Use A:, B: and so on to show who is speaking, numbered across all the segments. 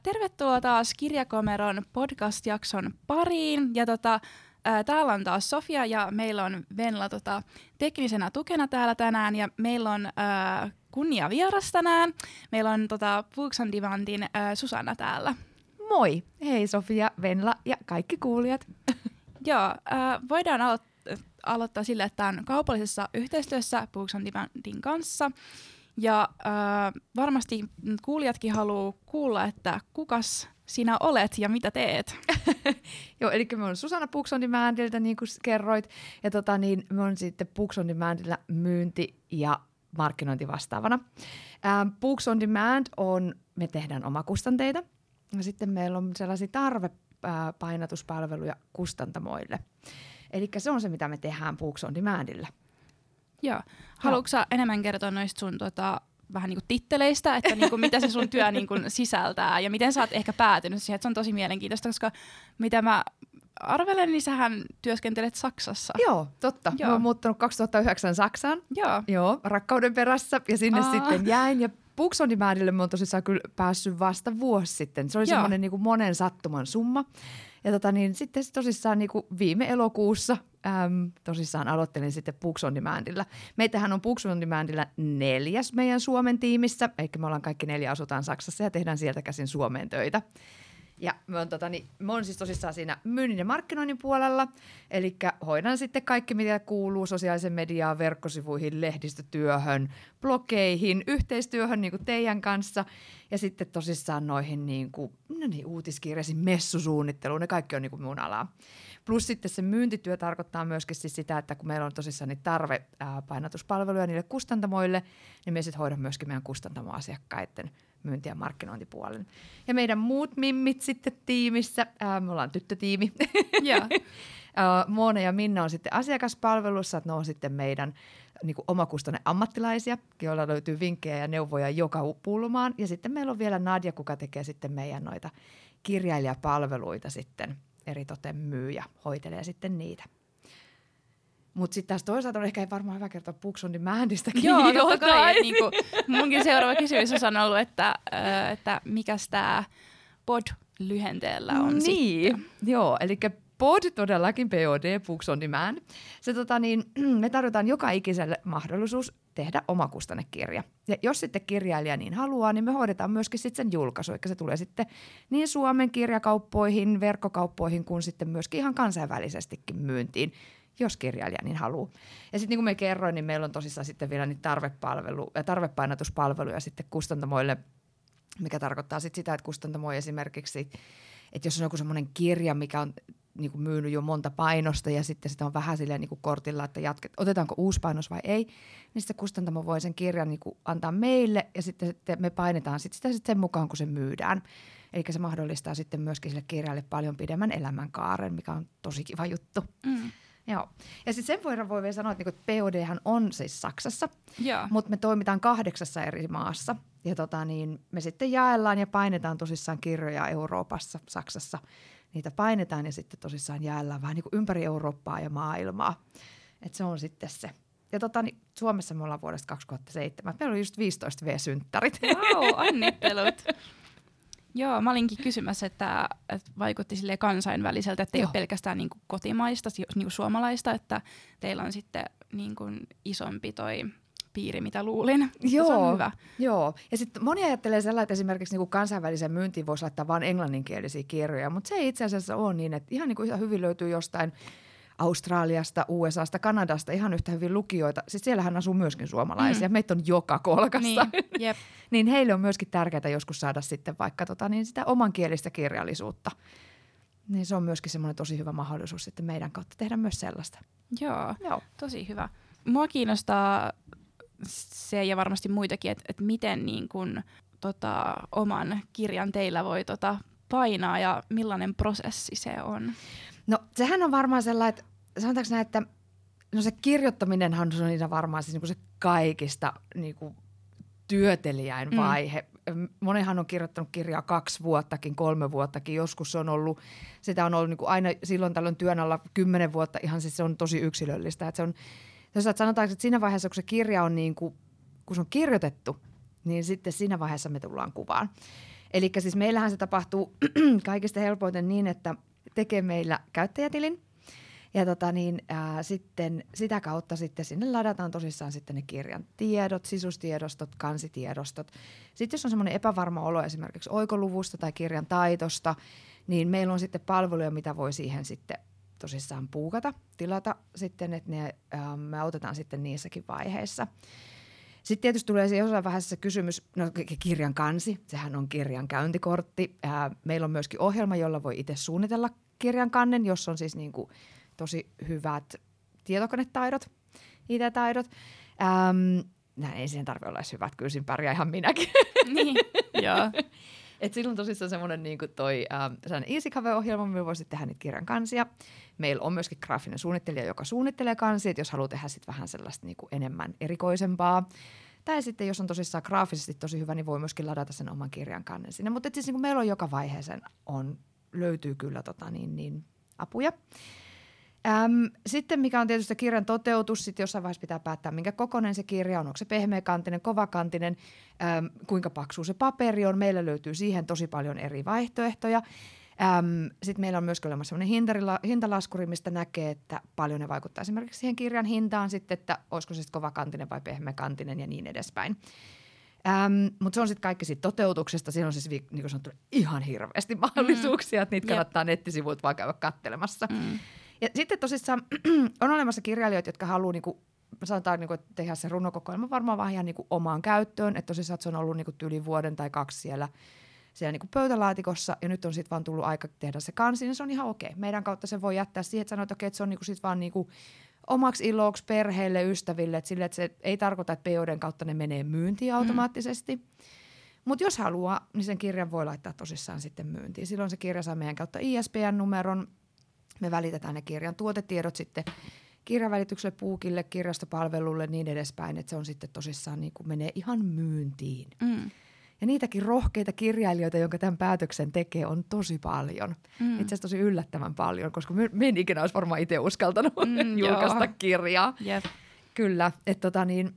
A: Tervetuloa taas Kirjakomeron podcast-jakson pariin. Ja täällä on taas Sofia ja meillä on Venla teknisenä tukena täällä tänään. Ja meillä on kunnia vieras tänään. Meillä on Books on Demandin Susanna täällä.
B: Moi! Hei Sofia, Venla ja kaikki kuulijat.
A: Joo, voidaan aloittaa sille, että on kaupallisessa yhteistyössä Books on Demandin kanssa. Ja varmasti kuulijatkin haluaa kuulla, että kukas sinä olet ja mitä teet.
B: Joo, eli me on Susanna Books on Demandilta, niin kuin kerroit. Ja me on sitten Books on Demandilla myynti- ja markkinointivastaavana. Books on Demand me tehdään omakustanteita. Ja sitten meillä on sellaisia tarvepainatuspalveluja kustantamoille. Eli se on se, mitä me tehdään Books on Demandilla.
A: Joo. Haluatko sä enemmän kertoa noista sun vähän niinku titteleistä, että niinku, mitä se sun työ niinku sisältää ja miten sä oot ehkä päätynyt siihen, että se on tosi mielenkiintoista, koska mitä mä arvelen, niin sähän työskentelet Saksassa.
B: Joo, totta. Joo. Mä oon muuttanut 2009 Saksaan.
A: Joo,
B: rakkauden perässä ja sinne sitten jäin ja Books on Demandille mä oon tosissaan kyllä päässyt vasta vuosi sitten. Se oli semmoinen niinku monen sattuman summa. Ja sitten tosissaan niinku viime elokuussa tosissaan aloittelin sitten Books on Demandilla. Meitähän on Books on Demandilla 4 meidän Suomen tiimissä, eikä me ollaan kaikki 4 asutaan Saksassa ja tehdään sieltä käsin Suomeen töitä. Ja mä oon siis tosissaan siinä myynnin ja markkinoinnin puolella, eli hoidan sitten kaikki, mitä kuuluu sosiaalisen mediaan, verkkosivuihin, lehdistötyöhön, blogeihin, yhteistyöhön niin kuin teidän kanssa ja sitten tosissaan noihin uutiskirjaisiin, messusuunnitteluun, ne kaikki on niin kuin mun alaa. Plus sitten se myyntityö tarkoittaa myöskin siis sitä, että kun meillä on tosissaan niitä tarvepainatuspalveluja niille kustantamoille, niin me sitten hoidan myöskin meidän kustantamoasiakkaiden myynti- ja markkinointipuolen. Ja meidän muut mimmit sitten tiimissä, me ollaan tyttötiimi.
A: Yeah.
B: Moona ja Minna on sitten asiakaspalvelussa, että ne on sitten meidän omakustanne ammattilaisia, joilla löytyy vinkkejä ja neuvoja joka pulmaan. Ja sitten meillä on vielä Nadja, kuka tekee sitten meidän noita kirjailijapalveluita sitten eritoten myy ja hoitelee sitten niitä. Mutta sitten taas toisaalta on ehkä varmaan hyvä kertoa Books on Demandistakin.
A: Joo, totta kai. Niinku, munkin seuraava kysymys on ollut, että mikäs tämä POD-lyhenteellä on sitten.
B: Joo, eli POD todellakin, POD, Books on Demand. Se, me tarjotaan joka ikiselle mahdollisuus tehdä omakustannekirja. Ja jos sitten kirjailija niin haluaa, niin me hoidetaan myöskin sitten sen julkaisu. Eli se tulee sitten niin Suomen kirjakauppoihin, verkkokauppoihin kuin sitten myöskin ihan kansainvälisestikin myyntiin, jos kirjailija niin haluaa. Ja sitten niin kuin me kerroin, niin meillä on tosissaan sitten vielä niitä tarvepainatuspalveluja sitten kustantamoille, mikä tarkoittaa sitten sitä, että kustantamo esimerkiksi, että jos on joku semmoinen kirja, mikä on niin kuin myynyt jo monta painosta ja sitten sitä on vähän silleen niin kuin kortilla, että otetaanko uusi painos vai ei, niin sitten kustantamo voi sen kirjan niin kuin antaa meille ja sitten me painetaan sitä sen mukaan, kun se myydään. Eli se mahdollistaa sitten myöskin sille kirjalle paljon pidemmän elämänkaaren, mikä on tosi kiva juttu. Mm. Joo. Ja sitten sen verran voi vielä sanoa, että PODhan on siis Saksassa, mutta me toimitaan 8 eri maassa. Ja me sitten jaellaan ja painetaan tosissaan kirjoja Euroopassa, Saksassa. Niitä painetaan ja sitten tosissaan jaellaan vähän niin kuin ympäri Eurooppaa ja maailmaa. Et se on sitten se. Ja Suomessa me ollaan vuodesta 2007. Meillä oli just 15 V-synttärit.
A: Wow, onnittelut. Joo, mä olinkin kysymässä, että vaikutti silleen kansainväliseltä, että ei ole pelkästään niin kuin kotimaista, niin kuin suomalaista, että teillä on sitten niin kuin isompi toi piiri, mitä luulin.
B: Joo,
A: se on hyvä.
B: Joo. Ja sitten moni ajattelee sellainen, että esimerkiksi niin kuin kansainväliseen myyntiin voisi laittaa vain englanninkielisiä kirjoja, mutta se ei itse asiassa ole niin, että ihan niin kuin hyvin löytyy jostain Australiasta, USAsta, Kanadasta ihan yhtä hyvin lukijoita. Siis siellähän asuu myöskin suomalaisia. Meitä on joka kolkassa.
A: Niin, jep.
B: Niin heille on myöskin tärkeää joskus saada sitten vaikka sitä omankielistä kirjallisuutta. Niin se on myöskin semmoinen tosi hyvä mahdollisuus sitten meidän kautta tehdä myös sellaista.
A: Joo. Tosi hyvä. Mua kiinnostaa se ja varmasti muitakin, että miten niin kun, oman kirjan teillä voi painaa ja millainen prosessi se on.
B: No sehän on varmaan sellainen, että sanotaanko näin, että no se kirjoittaminenhan on siinä varmaan siis niinku se kaikista niinku työtelijäin vaihe. Monihan on kirjoittanut kirjaa 2 vuottakin, 3 vuottakin. Joskus se on ollut, sitä on ollut niinku aina silloin tällöin työn alla 10 vuotta. Ihan siis se on tosi yksilöllistä. Että se on, jos sanotaanko, että siinä vaiheessa, kun se kirja on niinku, kun se on kirjoitettu, niin sitten siinä vaiheessa me tullaan kuvaan. Eli siis meillähän se tapahtuu kaikista helpoiten niin, että tekee meillä käyttäjätilin. Ja sitten sitä kautta sitten sinne ladataan tosissaan sitten ne kirjan tiedot, sisustiedostot, kansitiedostot. Sitten jos on semmoinen epävarma olo esimerkiksi oikoluvusta tai kirjan taitosta, niin meillä on sitten palveluja, mitä voi siihen sitten tosissaan puukata, tilata sitten, että me autetaan sitten niissäkin vaiheissa. Sitten tietysti tulee jossain vaiheessa se kysymys, kirjan kansi, sehän on kirjan käyntikortti. Meillä on myöskin ohjelma, jolla voi itse suunnitella kirjan kannen, jos on siis niin kuin tosi hyvät tietokonetaidot, IT-taidot. Ei siihen tarvitse olla edes hyvät, kyllä siinä pärjää ihan minäkin.
A: Niin, joo.
B: Et silloin tosissaan semmoinen niin kuin toi EasyCave-ohjelma, me voisit tehdä niitä kirjan kansia. Meillä on myöskin graafinen suunnittelija, joka suunnittelee kansia, jos haluaa tehdä sit vähän sellaista niin kuin enemmän erikoisempaa. Tai sitten jos on tosissaan graafisesti tosi hyvä, niin voi myöskin ladata sen oman kirjan kannen sinne. Mutta siis niin kuin meillä on joka vaiheeseen löytyy kyllä apuja. Sitten mikä on tietysti kirjan toteutus, sitten jossain vaiheessa pitää päättää, minkä kokoinen se kirja on, onko se pehmeäkantinen, kovakantinen, kuinka paksu se paperi on. Meillä löytyy siihen tosi paljon eri vaihtoehtoja. Sitten meillä on myös olemassa sellainen hintalaskuri, mistä näkee, että paljon ne vaikuttaa esimerkiksi siihen kirjan hintaan sitten, että olisiko se kovakantinen vai pehmeäkantinen ja niin edespäin. Mutta se on sitten kaikki siitä toteutuksesta. Siinä on siis niin kuin sanottu ihan hirveästi mahdollisuuksia, että niitä kannattaa nettisivuilta vaan käydä katselemassa. Ja sitten tosissaan on olemassa kirjailijoita, jotka haluaa niinku, sanotaan, niinku, tehdä se runokokoelma varmaan vähän ihan niinku omaan käyttöön. Että tosissaan että se on ollut niinku yli vuoden tai 2 siellä niinku pöytälaatikossa ja nyt on sitten vaan tullut aika tehdä se kansi, niin se on ihan okei. Meidän kautta se voi jättää siihen, että sanoo, että okei, että se on niinku sit vaan niinku omaksi iloksi, perheelle, ystäville. Että sille, että se ei tarkoita, että PODn kautta ne menee myyntiin automaattisesti. Mutta jos haluaa, niin sen kirjan voi laittaa tosissaan sitten myyntiin. Silloin se kirja saa meidän kautta ISBN-numeron. Me välitetään ne kirjan tuotetiedot sitten kirjavälitykselle, puukille, kirjastopalvelulle niin edespäin, että se on sitten tosissaan niin kuin menee ihan myyntiin. Ja niitäkin rohkeita kirjailijoita, jonka tämän päätöksen tekee, on tosi paljon. Itse asiassa tosi yllättävän paljon, koska me en ikinä olisi varmaan itse uskaltanut julkaista kirjaa.
A: Yep.
B: Kyllä, että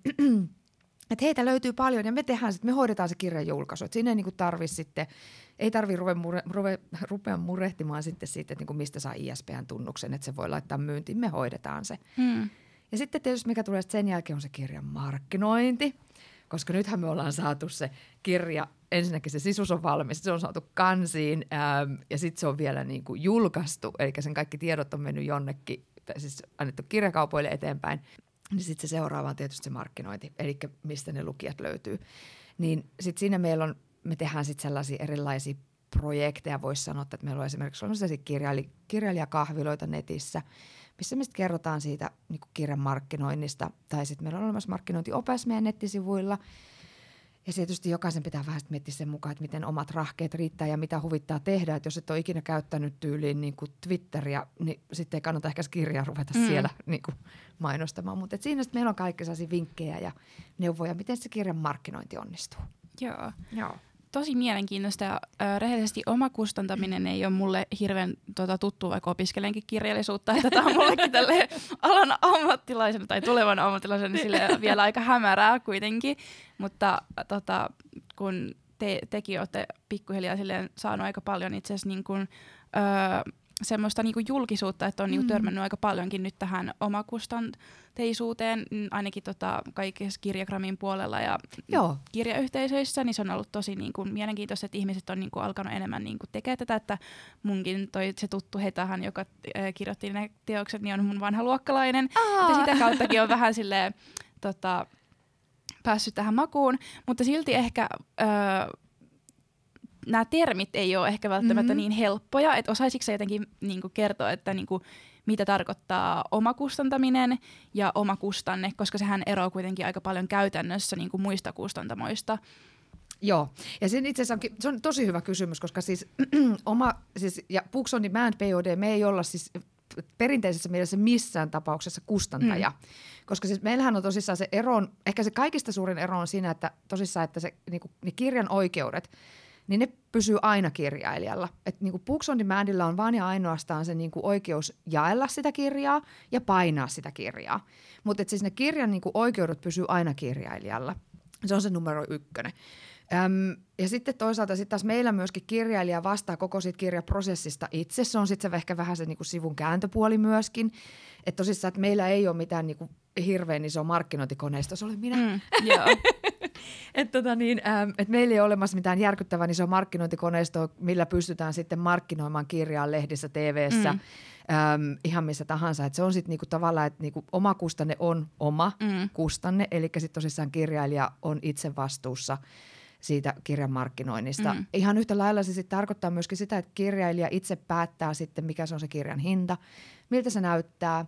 B: että heitä löytyy paljon ja me hoidetaan se kirjan julkaisu. Siinä ei niinku sitten, ei tarvitse rupea murehtimaan sitten siitä, että niinku mistä saa ISBN-tunnuksen, että se voi laittaa myyntiin. Me hoidetaan se. Ja sitten tietysti mikä tulee sen jälkeen on se kirjan markkinointi, koska nythän me ollaan saatu se kirja, ensinnäkin se sisus on valmis, se on saatu kansiin ja sitten se on vielä niinku julkaistu, eli sen kaikki tiedot on mennyt jonnekin, siis annettu kirjakaupoille eteenpäin. Niin sitten se seuraava on tietysti se markkinointi, eli mistä ne lukijat löytyy. Niin sitten siinä me tehdään sitten sellaisia erilaisia projekteja, voisi sanoa, että meillä on esimerkiksi kirjailijakahviloita netissä, missä me sitten kerrotaan siitä niin kuin kirjan markkinoinnista, tai sitten meillä on olemassa markkinointiopas meidän nettisivuilla. Ja tietysti jokaisen pitää vähän miettiä sen mukaan, että miten omat rahkeet riittää ja mitä huvittaa tehdä. Että jos et ole ikinä käyttänyt tyyliin niin kuin Twitteriä, niin sitten ei kannata ehkä kirjaa ruveta siellä niin kuin mainostamaan. Mutta siinä sitten meillä on kaikki sellaisia vinkkejä ja neuvoja, miten se kirjan markkinointi onnistuu.
A: Joo. Tosi mielenkiintoista ja rehellisesti omakustantaminen ei ole mulle hirveän tuttu, vaikka opiskelenkin kirjallisuutta. Että tämä on mullekin tälle alan ammattilaisena tai tulevan ammattilaisena sille vielä aika hämärää kuitenkin. Mutta kun tekin olette pikkuhiljaa saanut aika paljon itse asiassa niin kuin, semmoista niinku julkisuutta, että on niinku törmännyt aika paljonkin nyt tähän omakustanteisuuteen, ainakin kaikissa Kirjagramin puolella ja kirjayhteisöissä, niin se on ollut tosi niinku mielenkiintoista, että ihmiset on niinku alkanut enemmän niinku tekemään tätä, että munkin se tuttu Hetahan, joka kirjoitti ne teokset, niin on mun vanha luokkalainen, että sitä kauttakin on vähän silleen päässyt tähän makuun, mutta silti ehkä nämä termit ei ole ehkä välttämättä niin helppoja, että osaisitko sä jotenkin niinku kertoa, että niinku, mitä tarkoittaa omakustantaminen ja omakustanne, koska sehän eroaa kuitenkin aika paljon käytännössä niinku muista kustantamoista.
B: Joo, ja sen itse asiassa se on tosi hyvä kysymys, koska siis ja Books on Demand POD, me ei olla siis perinteisessä mielessä missään tapauksessa kustantaja, koska siis meillähän on tosissaan se ero, ehkä se kaikista suurin ero on siinä, että tosissaan, että se niinku, ne kirjan oikeudet, niin ne pysyy aina kirjailijalla. Että niinku Books on Demandilla on vaan ja ainoastaan se niinku oikeus jaella sitä kirjaa ja painaa sitä kirjaa. Mutta siis ne kirjan niinku oikeudet pysyy aina kirjailijalla. Se on se numero 1. Ja sitten toisaalta sitten taas meillä myöskin kirjailija vastaa koko siitä kirjaprosessista itse. Se on sitten se ehkä vähän se niinku sivun kääntöpuoli myöskin. Että tosissaan, että meillä ei ole mitään niinku hirveän iso markkinointikoneisto, se olen minä.
A: Joo.
B: Että et meillä ei ole olemassa mitään järkyttävän iso markkinointikoneistoa, millä pystytään sitten markkinoimaan kirjaa lehdissä, TV:ssä, ihan missä tahansa. Et se on sitten niinku tavallaan, että niinku oma kustanne on oma kustanne, eli sitten tosissaan kirjailija on itse vastuussa siitä kirjan markkinoinnista. Ihan yhtä lailla se sitten tarkoittaa myöskin sitä, että kirjailija itse päättää sitten, mikä se on se kirjan hinta, miltä se näyttää.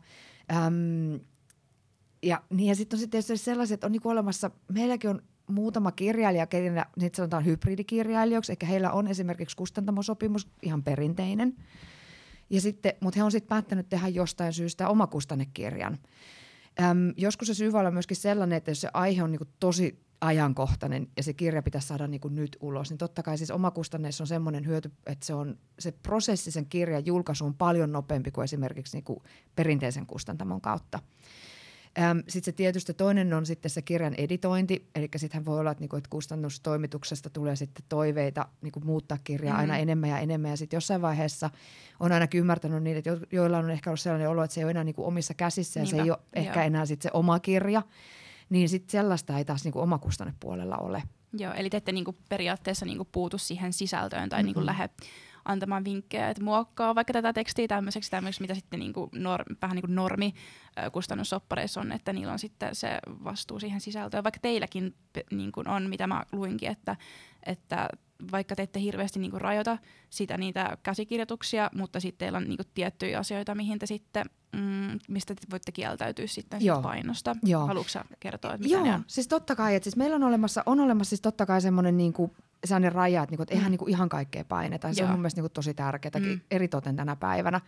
B: Ja sitten on sitten sellaiset, että on niinku olemassa, meilläkin on muutama kirjailija, kenellä niitä sanotaan hybridikirjailijoiksi, eli heillä on esimerkiksi kustantamosopimus, ihan perinteinen. Ja sitten, mutta he on sitten päättänyt tehdä jostain syystä omakustannekirjan. Joskus se syy voi olla myöskin sellainen, että jos se aihe on niinku tosi ajankohtainen ja se kirja pitäisi saada niinku nyt ulos, niin totta kai siis omakustanneissa on semmoinen hyöty, että se prosessi sen kirjan julkaisu on paljon nopeampi kuin esimerkiksi niinku perinteisen kustantamon kautta. Sitten se tietysti toinen on sitten se kirjan editointi, eli sittenhän voi olla, että kustannustoimituksesta tulee sitten toiveita niinku muuttaa kirjaa aina enemmän ja sitten jossain vaiheessa on ainakin ymmärtänyt niin, että joilla on ehkä ollut sellainen olo, että se ei ole enää niinku omissa käsissä ja se ei ole ehkä enää sitten se oma kirja, niin sitten sellaista ei taas niinku omakustannepuolella ole.
A: Joo, eli te ette niinku periaatteessa niinku puutu siihen sisältöön tai niinku lähde antamaan vinkkejä, että muokkaa vaikka tätä tekstiä tämmöiseksi, mitä sitten niinku vähän niin kuin normikustannussoppareissa on, että niillä on sitten se vastuu siihen sisältöön. Vaikka teilläkin niin kuin on, mitä mä luinkin, että vaikka te ette hirveästi niinku rajoita niitä käsikirjoituksia, mutta sitten teillä on niinku tiettyjä asioita, mihin te sitten, mistä te voitte kieltäytyä sitten siitä painosta. Haluatko sä kertoa, että mitä ne on?
B: Siis totta kai, että siis meillä on olemassa siis totta kai semmoinen niinku sellainen raja, että eihän niinku ihan kaikkea paineta. Se on mun mielestä niinku tosi tärkeää, eritoten tänä päivänä.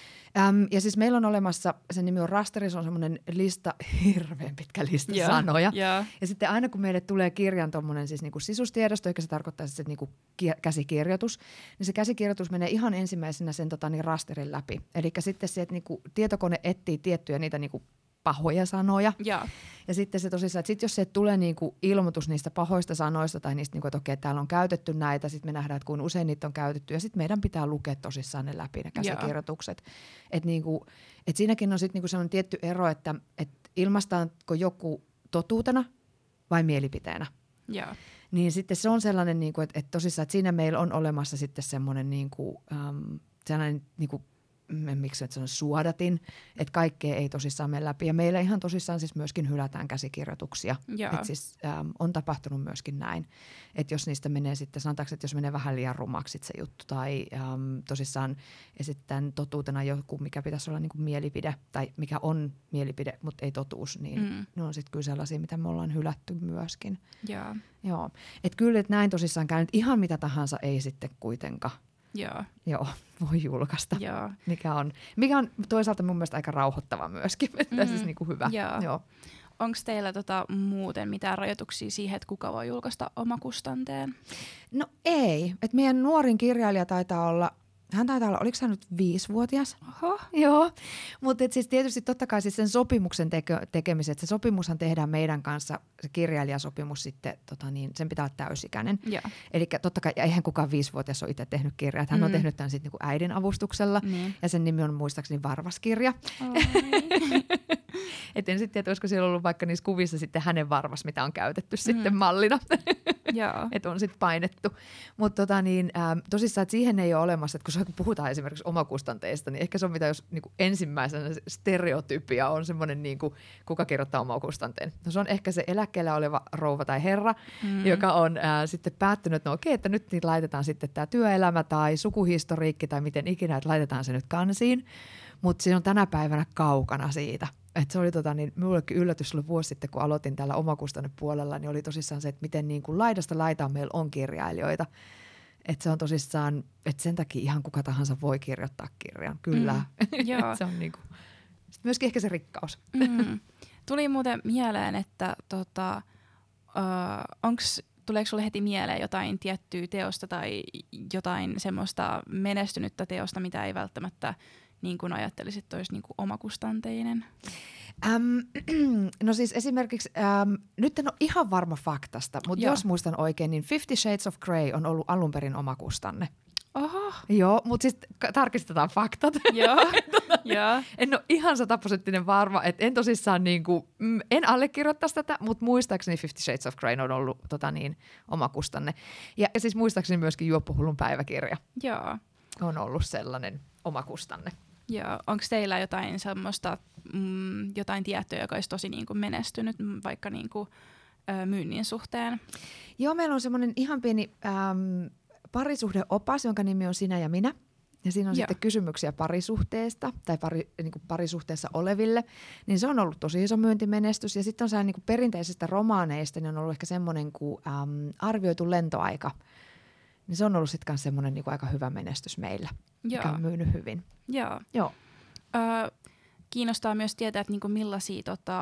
B: Ja siis meillä on olemassa, sen nimi on rasteri, se on semmoinen lista, hirveän pitkä lista sanoja. Ja sitten aina kun meille tulee kirjan tommonen siis niinku sisustiedosto, eikä se tarkoittaa siis niinku käsikirjoitus, niin se käsikirjoitus menee ihan ensimmäisenä sen rasterin läpi. Eli sitten se, että niinku tietokone etsii tiettyjä niitä niinku pahoja sanoja. Ja sitten se tosissaan, että jos se tulee niinku ilmoitus niistä pahoista sanoista tai niistä, niinku, että okei, täällä on käytetty näitä, sitten me nähdään, että kuinka usein niitä on käytetty ja sitten meidän pitää lukea tosissaan ne läpi, ne käsikirjoitukset. Että niinku, et siinäkin on sitten niinku sellainen tietty ero, että ilmaistaanko joku totuutena vai mielipiteenä. Niin sitten se on sellainen, niinku, että tosissaan, että siinä meillä on olemassa sitten semmoinen niinku, sellainen niinku, miksi nyt sanon suodatin, että kaikkea ei tosissaan mene läpi. Ja meillä ihan tosissaan siis myöskin hylätään käsikirjoituksia. Että siis on tapahtunut myöskin näin. Että jos niistä menee sitten, sanotaanko, että jos menee vähän liian rumaksi se juttu tai tosissaan esitetään totuutena joku, mikä pitäisi olla niin kuin mielipide tai mikä on mielipide, mutta ei totuus, niin ne on sitten kyllä sellaisia, mitä me ollaan hylätty myöskin. Joo. Että kyllä, että näin tosissaan käynyt ihan mitä tahansa ei sitten kuitenkaan. Joo, voi julkaista, mikä on toisaalta mun mielestä aika rauhoittava myöskin, että siis niinku hyvä. Joo.
A: Onko teillä muuten mitään rajoituksia siihen, että kuka voi julkaista omakustanteen?
B: No ei, että meidän nuorin kirjailija taitaa olla, oliko hän nyt 5-vuotias?
A: Oho.
B: Joo, mutta siis tietysti totta kai siis sen sopimuksen tekemisen, että se sopimushan tehdään meidän kanssa, se kirjailijasopimus sitten, sen pitää olla täysikäinen. Eli totta kai, eihän kukaan 5-vuotias ole itse tehnyt kirjaa, että hän on tehnyt tämän sitten niinku äidin avustuksella ja sen nimi on muistaakseni Varvaskirja. Et en sitten tiedä, olisiko siellä ollut vaikka niissä kuvissa sitten hänen varvas, mitä on käytetty sitten mallina. Että on sitten painettu. Mutta tosissaan, että siihen ei ole olemassa, että kun puhutaan esimerkiksi omakustanteista, niin ehkä se on mitä jos niinku ensimmäisenä stereotypia on semmoinen, niinku, kuka kirjoittaa omakustanteen. No se on ehkä se eläkkeellä oleva rouva tai herra, joka on sitten päättynyt, että no okei, että nyt niitä laitetaan sitten tämä työelämä tai sukuhistoriikki tai miten ikinä, että laitetaan se nyt kansiin. Mutta se on tänä päivänä kaukana siitä. Että se oli minullekin yllätys oli vuosi sitten, kun aloitin täällä omakustannepuolella, niin oli tosissaan se, että miten niin kuin laidasta laitaan meillä on kirjailijoita. Että se on tosissaan, että sen takia ihan kuka tahansa voi kirjoittaa kirjan, kyllä. Se on niin kuin, myöskin ehkä se rikkaus.
A: Tuli muuten mieleen, että tuleeko sulle heti mieleen jotain tiettyä teosta tai jotain semmoista menestynyttä teosta, mitä ei välttämättä niin kuin ajattelisit, että olisi niin kuin omakustanteinen?
B: No siis esimerkiksi, nyt en ole ihan varma faktasta, mutta jos muistan oikein, niin 50 Shades of Grey on ollut alun perin omakustanne.
A: Oho.
B: Joo, mutta siis tarkistetaan faktat.
A: Joo.
B: En ole ihan 100% varma, että en tosissaan en allekirjoittaisi tätä, mutta muistaakseni 50 Shades of Grey on ollut omakustanne. Ja siis muistaakseni myöskin Juoppohullun päiväkirja on ollut sellainen omakustanne.
A: Joo, onko teillä jotain semmoista, jotain tiettyä, joka olisi tosi niinku menestynyt vaikka niinku, myynnin suhteen?
B: Joo, meillä on semmoinen ihan pieni parisuhdeopas, jonka nimi on Sinä ja minä. Ja siinä on sitten kysymyksiä parisuhteesta tai parisuhteessa oleville. Niin se on ollut tosi iso myyntimenestys. Ja sitten on sellainen niin perinteisistä romaaneista, niin on ollut ehkä semmoinen kuin arvioitu lentoaika. Niin se on ollut sitten myös semmoinen niin aika hyvä menestys meillä, mikä on myynyt hyvin.
A: Joo. Kiinnostaa myös tietää, että niinku millaisia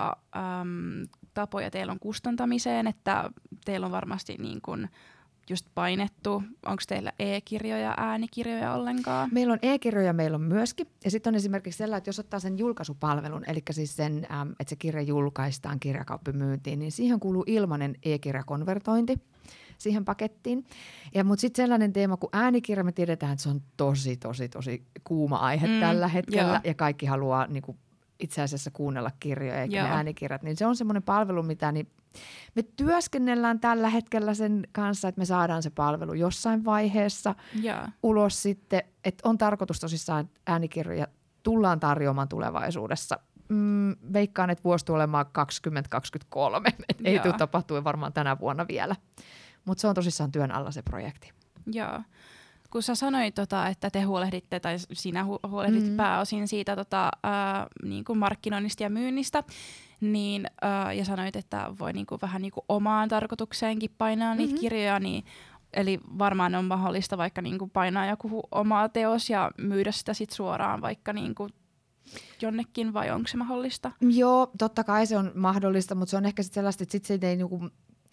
A: tapoja teillä on kustantamiseen, että teillä on varmasti niinku just painettu. Onko teillä e-kirjoja, äänikirjoja ollenkaan?
B: Meillä on e-kirjoja, meillä on myöskin. Ja sitten on esimerkiksi sellainen, että jos ottaa sen julkaisupalvelun, eli siis sen, että se kirja julkaistaan kirjakauppamyyntiin, niin siihen kuuluu ilmainen e-kirjakonvertointi siihen pakettiin. Mutta sitten sellainen teema kuin äänikirja, me tiedetään, että se on tosi kuuma aihe tällä hetkellä. Ja kaikki haluaa niinku itse asiassa kuunnella kirjoja eikä ne äänikirjat. Niin se on semmoinen palvelu, mitä me työskennellään tällä hetkellä sen kanssa, että me saadaan se palvelu jossain vaiheessa ulos sitten. Että on tarkoitus tosissaan, että äänikirjoja tullaan tarjoamaan tulevaisuudessa. Veikkaan, että vuosi tulee olemaan 2023. Ei tule tapahtua varmaan tänä vuonna vielä. Mutta se on tosissaan työn alla se projekti.
A: Joo. Kun sä sanoit, että te huolehditte, tai sinä huolehdit pääosin siitä niin kuin markkinoinnista ja myynnistä, niin, ja sanoit, että voi niin kuin vähän niin kuin omaan tarkoitukseenkin painaa niitä kirjoja, niin, eli varmaan on mahdollista vaikka niin kuin painaa joku omaa teos ja myydä sitä sit suoraan vaikka niin kuin jonnekin, vai onko se mahdollista?
B: Joo, totta kai se on mahdollista, mutta se on ehkä sitten sellaista, että sit se ei niinku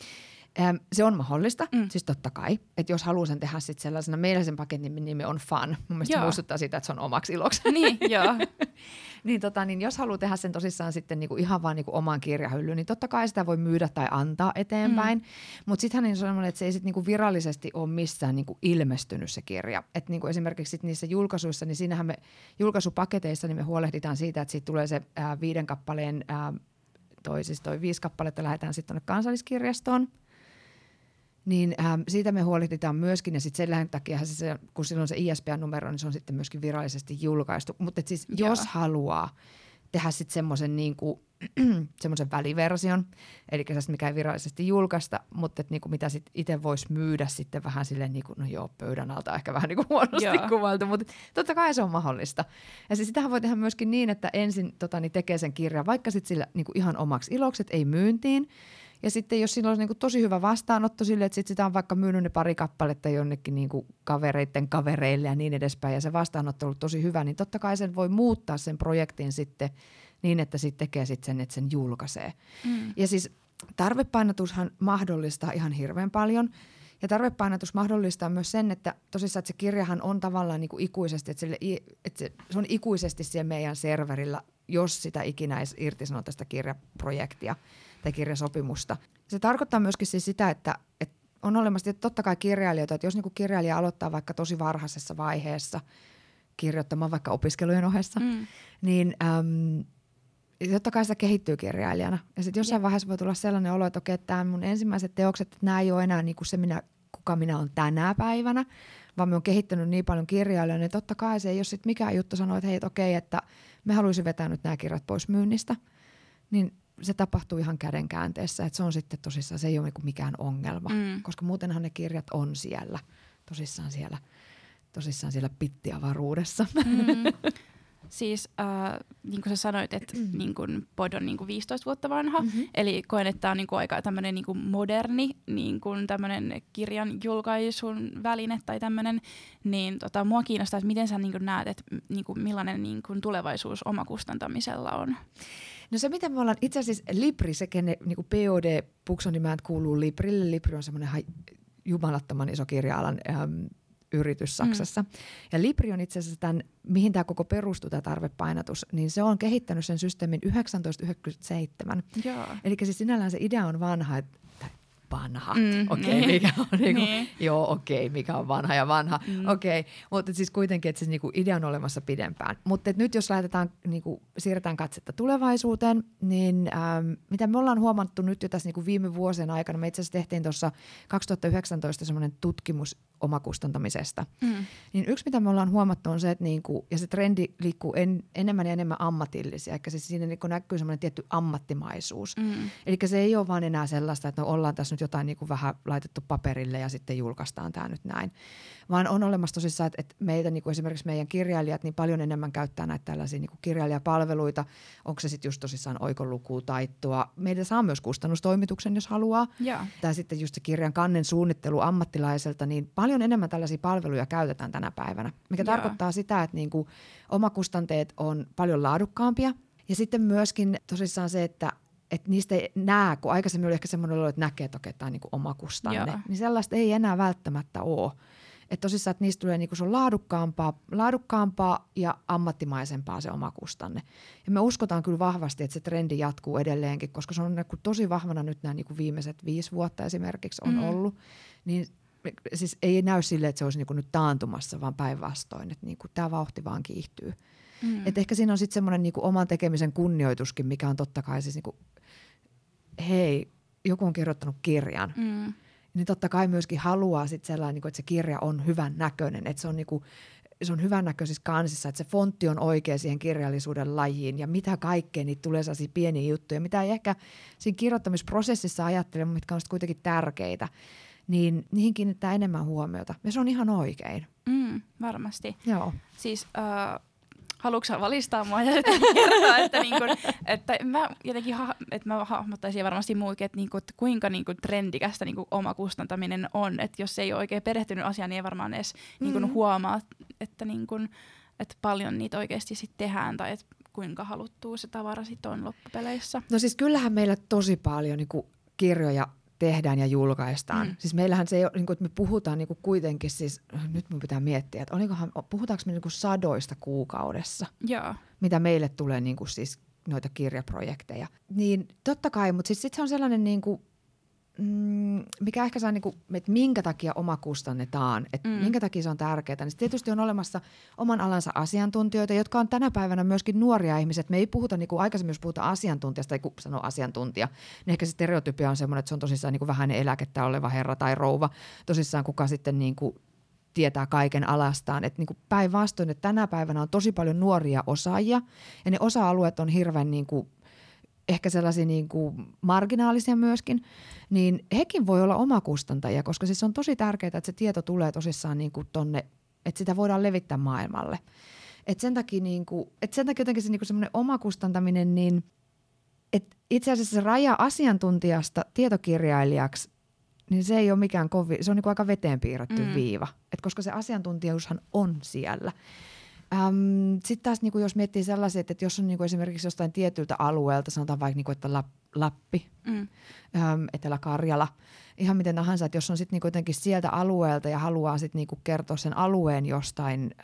B: se on mahdollista, siis totta kai, että jos haluaa sen tehdä sitten sellaisena, meillä sen paketin nimi on Fun, mun mielestä se muistuttaa sitä, että se on omaksi iloksi.
A: Niin, joo.
B: niin jos haluaa tehdä sen tosissaan sitten niinku ihan vaan niinku omaan kirjahyllyyn, niin totta kai sitä voi myydä tai antaa eteenpäin, mutta sittenhän niin on sellainen, että se ei sit niinku virallisesti ole missään niinku ilmestynyt se kirja. Että niinku esimerkiksi sit niissä julkaisuissa, niin siinähän me julkaisupaketeissa niin me huolehditaan siitä, että siitä tulee se 5 kappaleen, toi 5 kappaletta lähdetään sitten tuonne Kansalliskirjastoon. Niin siitä me huolehditaan myöskin, ja sitten sen takia, kun silloin se ISBN-numero, niin se on sitten myöskin virallisesti julkaistu. Mutta siis jos haluaa tehdä sitten semmoisen niinku, väliversion, eli mikä ei virallisesti julkaista, mutta niinku, mitä sitten itse voisi myydä sitten vähän silleen, niinku, no joo, pöydän alta ehkä vähän niinku huonosti kuvailtu, mutta totta kai se on mahdollista. Ja siis sitähän voi tehdä myöskin niin, että ensin tekee sen kirjan, vaikka sitten sillä niinku ihan omaksi ilokset, ei myyntiin. Ja sitten jos sillä on niinku tosi hyvä vastaanotto sille, että sit sitä on vaikka myynyt ne pari kappaletta jonnekin niinku kavereiden kavereille ja niin edespäin, ja se vastaanotto on ollut tosi hyvä, niin totta kai sen voi muuttaa sen projektin sitten niin, että sitten tekee sitten sen, että sen julkaisee. Ja siis tarvepainotushan mahdollistaa ihan hirveän paljon. Ja tarvepainotus mahdollistaa myös sen, että tosissaan että se kirjahan on tavallaan niinku ikuisesti, että se on ikuisesti siellä meidän serverillä, jos sitä ikinä ei irtisanota tästä kirjaprojektia tai kirjasopimusta. Se tarkoittaa myöskin siis sitä, että on olemassa totta kai kirjailijoita, että jos niinku kirjailija aloittaa vaikka tosi varhaisessa vaiheessa kirjoittamaan vaikka opiskelujen ohessa, niin totta kai sitä kehittyy kirjailijana. Ja sitten jossain vaiheessa voi tulla sellainen olo, että okei, että tämä mun ensimmäiset teokset, että nämä ei ole enää niinku se, kuka minä olen tänä päivänä, vaan me on kehittynyt niin paljon kirjailijoita, niin totta kai se ei ole sitten mikään juttu sanoa, että hei, että okei, että me haluaisin vetää nyt nämä kirjat pois myynnistä. Niin se tapahtuu ihan käden käänteessä, että se on sitten tosissaan, se ei ole niinku mikään ongelma, koska muutenhan ne kirjat on siellä, tosissaan siellä pittiavaruudessa.
A: Siis niin kuin sä sanoit, että niin kuin pod on niin kuin 15 vuotta vanha, eli koen, että tämä on niin kuin aika tämmöinen niin kuin moderni niin kuin tämmöinen kirjan julkaisun väline tai tämmöinen, niin mua kiinnostaa, että miten sä niin kuin näet, että niin kuin millainen niin kuin tulevaisuus omakustantamisella on?
B: No se, miten me ollaan itse asiassa Libri, se kenen niin kuin POD Books on Demand kuuluu Librille. Libri on semmoinen jumalattoman iso kirja-alan yritys Saksassa. Ja Libri on itse asiassa tämän, mihin tämä koko perustuu, tämä tarvepainotus, niin se on kehittänyt sen systeemin 1997. Eli siis sinällään se idea on vanha, mikä on mikä on vanha ja vanha. Mutta siis kuitenkin, että se niinku idea on olemassa pidempään. Mutta nyt jos siirretään katsetta tulevaisuuteen, niin mitä me ollaan huomattu nyt jo tässä niinku viime vuosien aikana, me itse asiassa tehtiin tuossa 2019 semmoinen tutkimus omakustantamisesta. Niin yksi, mitä me ollaan huomattu, on se, että ja se trendi liikkuu enemmän ja enemmän ammatillisia, eli siis siinä näkyy semmoinen tietty ammattimaisuus. Eli se ei ole vaan enää sellaista, että ollaan tässä nyt jotain vähän laitettu paperille ja sitten julkaistaan tämä nyt näin. Vaan on olemassa tosissaan, että meitä esimerkiksi meidän kirjailijat niin paljon enemmän käyttää näitä tällaisia kirjailijapalveluita. Onko se sitten just tosissaan oikolukua, taittoa. Meidän saa myös kustannustoimituksen, jos haluaa. Tai sitten just se kirjan kannen suunnittelu ammattilaiselta, niin paljon enemmän tällaisia palveluja käytetään tänä päivänä. Mikä tarkoittaa sitä, että omakustanteet on paljon laadukkaampia. Ja sitten myöskin tosissaan se, että niistä ei näe, kun aikaisemmin oli ehkä semmoinen olo, että näkee, että okei, tämä on omakustanne. Niin sellaista ei enää välttämättä ole. Että tosissaan, että niistä tulee se on laadukkaampaa ja ammattimaisempaa se omakustanne. Ja me uskotaan kyllä vahvasti, että se trendi jatkuu edelleenkin, koska se on tosi vahvana nyt nämä viimeiset 5 vuotta esimerkiksi on ollut. Niin siis ei näy sille, että se olisi nyt taantumassa, vaan päinvastoin, että tämä vauhti vaan kiihtyy. Että ehkä siinä on sitten semmoinen oman tekemisen kunnioituskin, mikä on totta kai siis hei, joku on kirjoittanut kirjan. Niin totta kai myöskin haluaa sitten sellainen, että se kirja on hyvän näköinen, että se on hyvän näköisissä kansissa, että se fontti on oikea siihen kirjallisuuden lajiin ja mitä kaikkea, niitä tulee sellaisia pieniä juttuja, mitä ei ehkä siinä kirjoittamisprosessissa ajattele, mitkä on sitten kuitenkin tärkeitä, niin niihin kiinnittää enemmän huomiota. Ja se on ihan oikein.
A: Varmasti.
B: Joo.
A: Siis haluatko sä valistaa mua ja kertoa, että mä jotenkin mä hahmottaisin varmasti muukin, että että kuinka trendikästä omakustantaminen on. Että jos ei ole oikein perehtynyt asiaan, niin ei varmaan edes huomaa, että, että paljon niitä oikeasti sit tehdään tai että kuinka haluttua se tavara sitten on loppupeleissä.
B: No siis kyllähän meillä tosi paljon kirjoja tehdään ja julkaistaan. Siis meillähän se ei ole, että me puhutaan kuitenkin siis, nyt mun pitää miettiä, että puhutaanko me sadoista kuukaudessa, mitä meille tulee siis noita kirjaprojekteja. Niin totta kai, mutta sitten se on sellainen mikä ehkä saa, että minkä takia omakustannetaan, että minkä takia se on tärkeää. Niin tietysti on olemassa oman alansa asiantuntijoita, jotka on tänä päivänä myöskin nuoria ihmisiä. Me ei puhuta, aikaisemmin jos puhutaan asiantuntijasta, tai kun sanoo asiantuntija, niin ehkä se stereotypia on semmoinen, että se on tosissaan vähäinen eläkettä oleva herra tai rouva, tosissaan kuka sitten tietää kaiken alastaan. Että päinvastoin, että tänä päivänä on tosi paljon nuoria osaajia, ja ne osa-alueet on hirveän ehkä sellaisia marginaalisia myöskin, niin hekin voi olla omakustantajia, koska siis on tosi tärkeää, että se tieto tulee tosissaan tonne, että sitä voidaan levittää maailmalle. Et sen takia jotenkin se semmoinen omakustantaminen, niin että itse asiassa se raja asiantuntijasta tietokirjailijaksi, niin se ei ole mikään kovin, se on aika veteen piirretty viiva, et koska se asiantuntijuushan on siellä. Sitten taas jos miettii sellaisia, että jos on esimerkiksi jostain tietyltä alueelta, sanotaan vaikka että Lappi, Etelä-Karjala, ihan miten tahansa, että jos on sitten jotenkin sieltä alueelta ja haluaa sitten kertoa sen alueen jostain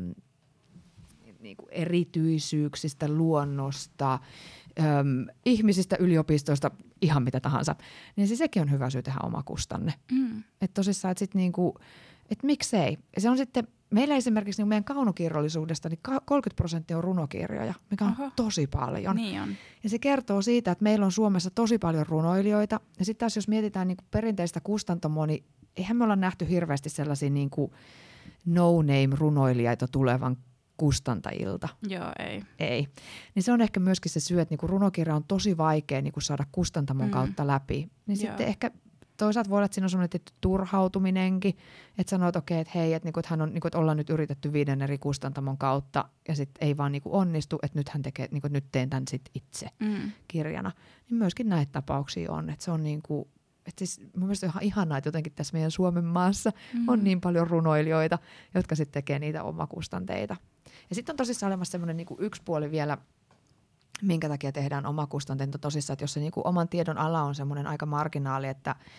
B: erityisyyksistä, luonnosta, ihmisistä, yliopistoista, ihan mitä tahansa, niin siis sekin on hyvä syy tehdä omakustanne. Että tosissaan, että sitten että miksei. Ja se on sitten meillä esimerkiksi meidän kaunokirjallisuudesta niin 30% on runokirjoja, mikä on tosi paljon.
A: Niin on.
B: Ja se kertoo siitä, että meillä on Suomessa tosi paljon runoilijoita. Ja sitten taas jos mietitään perinteistä kustantamoa, niin eihän me olla nähty hirveästi sellaisia no-name-runoilijaita tulevan kustantajilta.
A: Joo,
B: ei. Niin se on ehkä myöskin se syy, että runokirja on tosi vaikea saada kustantamon kautta läpi. Niin sitten ehkä toisaalta voi olla, että siinä on semmoinen tietty turhautuminenkin, että sanoo, että okei, että hei, että hän on, että ollaan nyt yritetty 5 eri kustantamon kautta ja sitten ei vaan onnistu, että nyt hän tekee, että nyt teen tämän sitten itse kirjana. Niin myöskin näitä tapauksia on, että se on että siis mun mielestä on ihan ihanaa, että jotenkin tässä meidän Suomen maassa on niin paljon runoilijoita, jotka sitten tekee niitä omakustanteita. Ja sitten on tosissaan olemassa semmoinen yksi puoli vielä, minkä takia tehdään omakustanteita tosissaan, että jos se oman tiedon ala on semmoinen aika marginaali, että